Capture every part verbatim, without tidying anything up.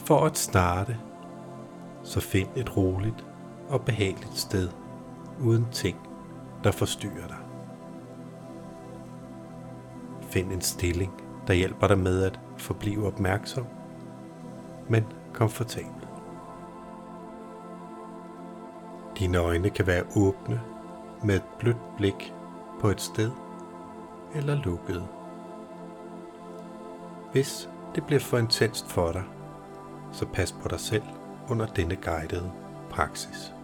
For at starte, så find et roligt og behageligt sted, uden ting, der forstyrrer dig. Find en stilling, der hjælper dig med at forblive opmærksom, men komfortabel. Dine øjne kan være åbne med et blødt blik på et sted, eller lukkede. Hvis det bliver for intenst for dig, så pas på dig selv under denne guidede praksis.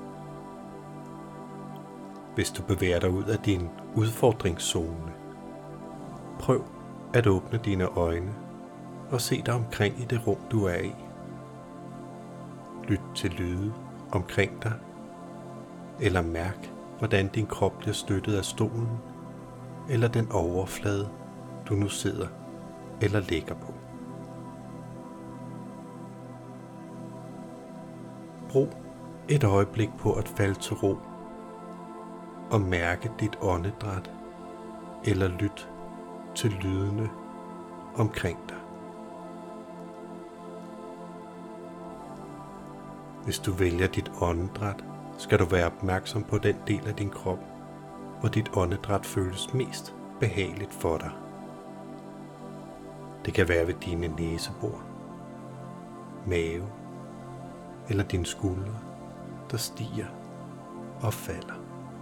Hvis du bevæger dig ud af din udfordringszone, prøv at åbne dine øjne og se dig omkring i det rum, du er i. Lyt til lyde omkring dig, eller mærk, hvordan din krop bliver støttet af stolen, eller den overflade, du nu sidder eller ligger på. Brug et øjeblik på at falde til ro og mærke dit åndedræt, eller lyt til lydene omkring dig. Hvis du vælger dit åndedræt, skal du være opmærksom på den del af din krop, hvor dit åndedræt føles mest behageligt for dig. Det kan være ved dine næsebor, mave eller dine skuldre, der stiger og falder.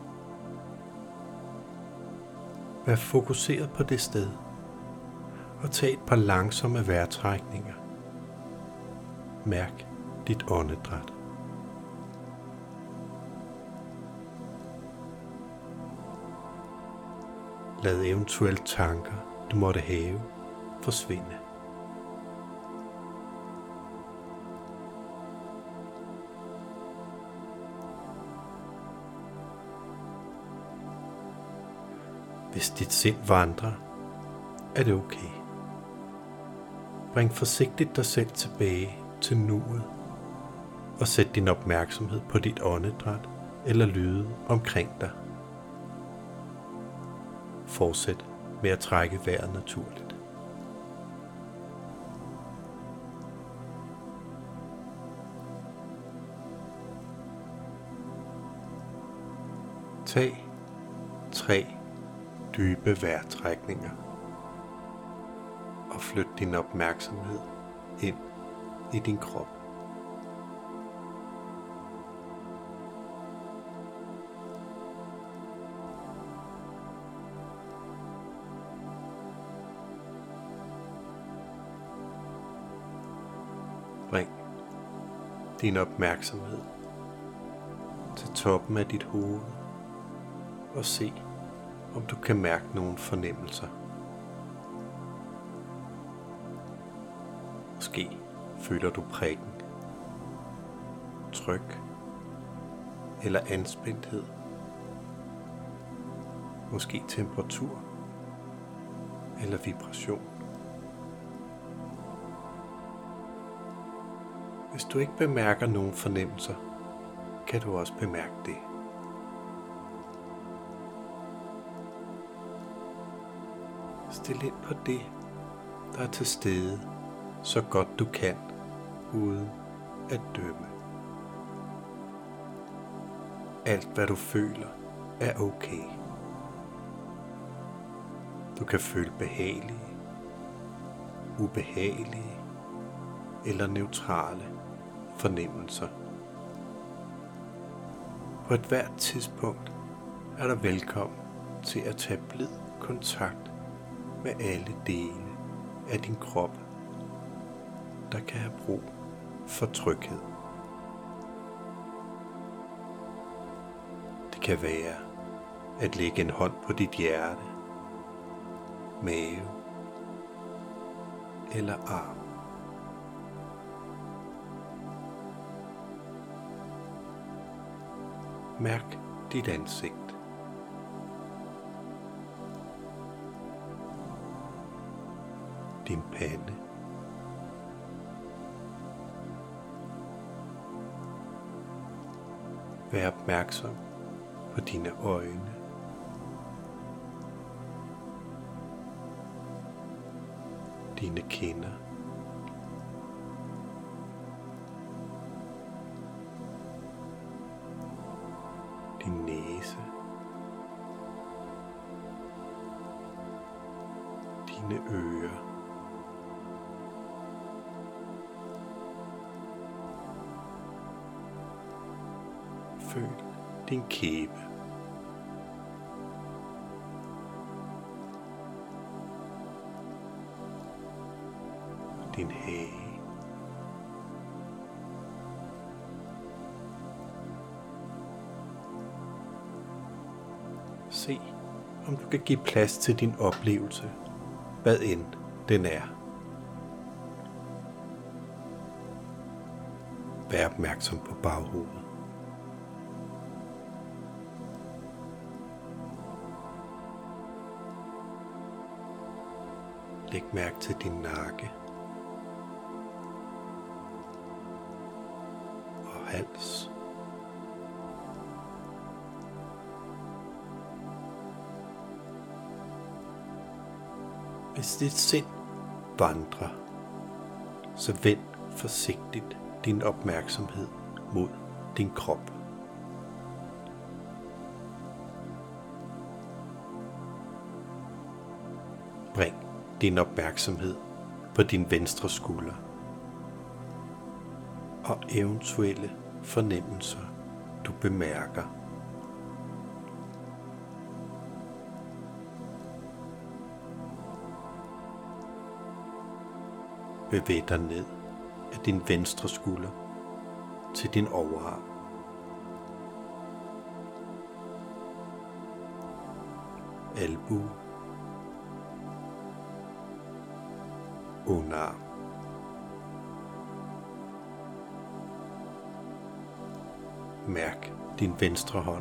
Vær fokuseret på det sted, og tag et par langsomme vejrtrækninger. Mærk dit åndedræt. Lad eventuelle tanker, du måtte have, forsvinde. Hvis dit sind vandrer, er det okay. Bring forsigtigt dig selv tilbage til nuet og sæt din opmærksomhed på dit åndedræt eller lyde omkring dig. Fortsæt med at trække vejret naturligt. Tag tre dybe vejrtrækninger og flyt din opmærksomhed ind i din krop. Bring din opmærksomhed til toppen af dit hoved og se, om du kan mærke nogle fornemmelser. Måske føler du prikken, tryk eller anspændthed. Måske temperatur eller vibration. Hvis du ikke bemærker nogen fornemmelser, kan du også bemærke det. Stil ind på det, der er til stede, så godt du kan, uden at dømme. Alt hvad du føler er okay. Du kan føle behagelige, ubehagelige eller neutrale fornemmelser. På et hvert tidspunkt er der velkommen til at tage blid kontakt med alle dele af din krop, der kan have brug for tryghed. Det kan være at lægge en hånd på dit hjerte, mave eller arm. Mærk dit ansigt. Din pande. Vær opmærksom på dine øjne. Dine kinder. dine ører. Føl din kæbe. Din hage. Se, om du kan give plads til din oplevelse, hvad end den er. Vær opmærksom på baghovedet. Læg mærke til din nakke og hals. Hvis dit sind vandrer, så vend forsigtigt din opmærksomhed mod din krop. Bring din opmærksomhed på din venstre skulder og eventuelle fornemmelser, du bemærker. Bevæg dig ned af din venstre skulder til din overarm. Albue. Underarm. Mærk din venstre hånd.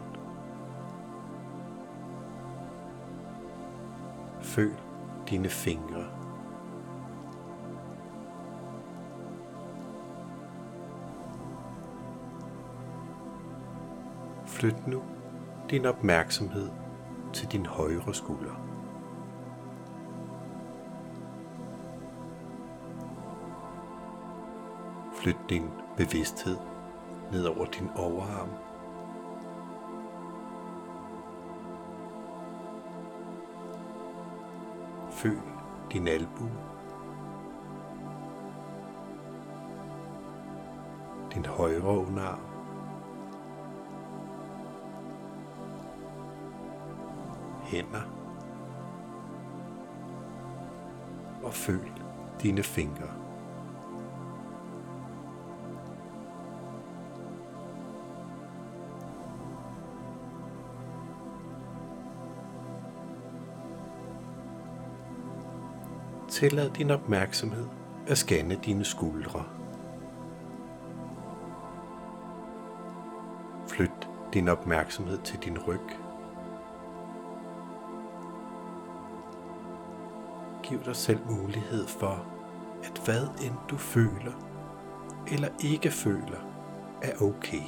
Føl dine fingre. Flyt nu din opmærksomhed til din højre skulder. Flyt din bevidsthed ned over din overarm. Føl din albue. Din højre underarm. Hænder. Og føl dine fingre. Tillad din opmærksomhed at scanne dine skuldre. Flyt din opmærksomhed til din ryg. Giv dig selv mulighed for, at hvad end du føler eller ikke føler, er okay.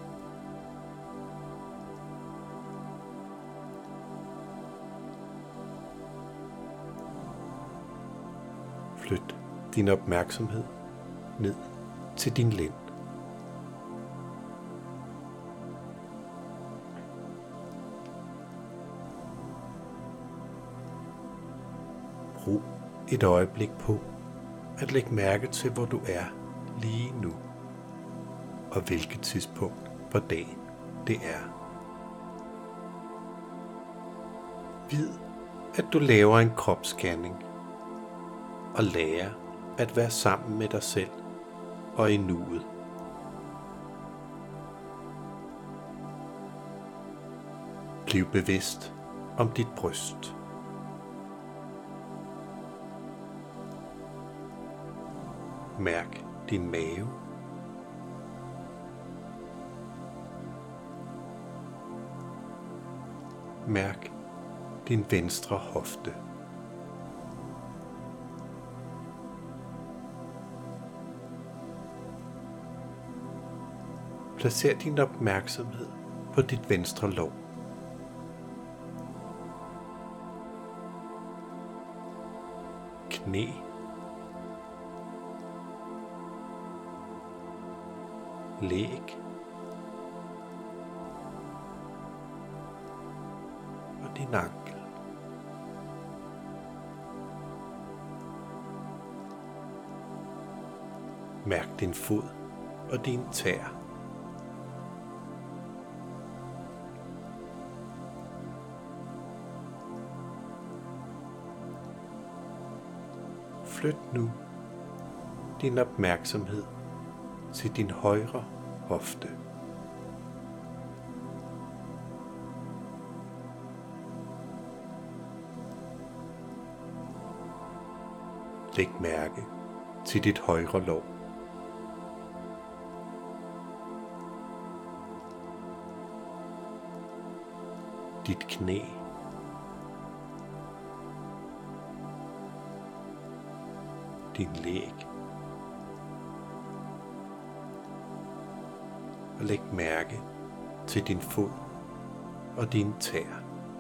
Flyt din opmærksomhed ned til din lænd. Brug et øjeblik på at lægge mærke til, hvor du er lige nu, og hvilket tidspunkt på dagen det er. Vid, at du laver en kropsscanning og lærer at være sammen med dig selv og i nuet. Bliv bevidst om dit bryst. Mærk din mave. Mærk din venstre hofte. Placer din opmærksomhed på dit venstre lår. Knæ. Læg. Og din ankel. Mærk din fod og dine tæer. Flyt nu din opmærksomhed til din højre hofte. Læg mærke til dit højre lår. Dit knæ. Din læg. Og læg mærke til din fod og dine tæer.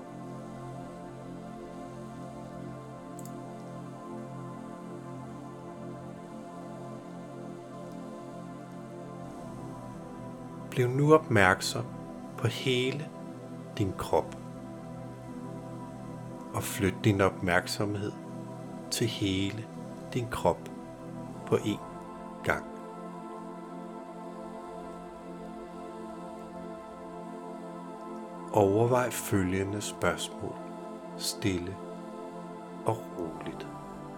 Bliv nu opmærksom på hele din krop og flyt din opmærksomhed til hele din krop på én gang. Overvej følgende spørgsmål stille og roligt.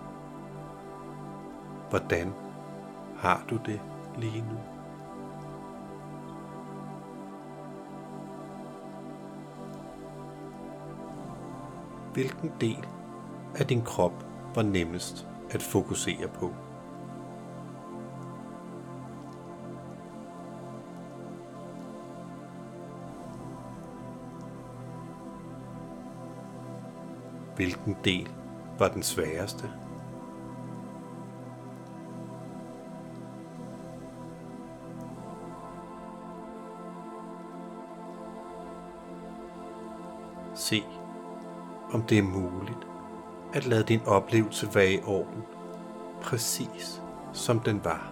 Hvordan har du det lige nu? Hvilken del af din krop var nemmest at fokusere på? Hvilken del var den sværeste? Se, om det er muligt at lade din oplevelse være i orden, præcis som den var.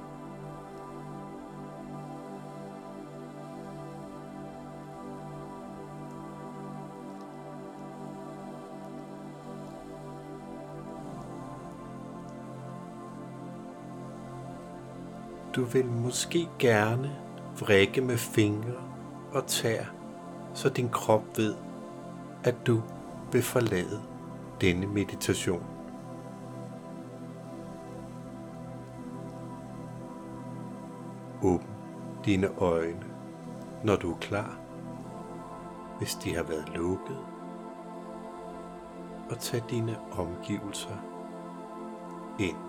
Du vil måske gerne vrikke med fingre og tæer, så din krop ved, at du vil forlade denne meditation. Åbn dine øjne, når du er klar, hvis de har været lukket, og tag dine omgivelser ind.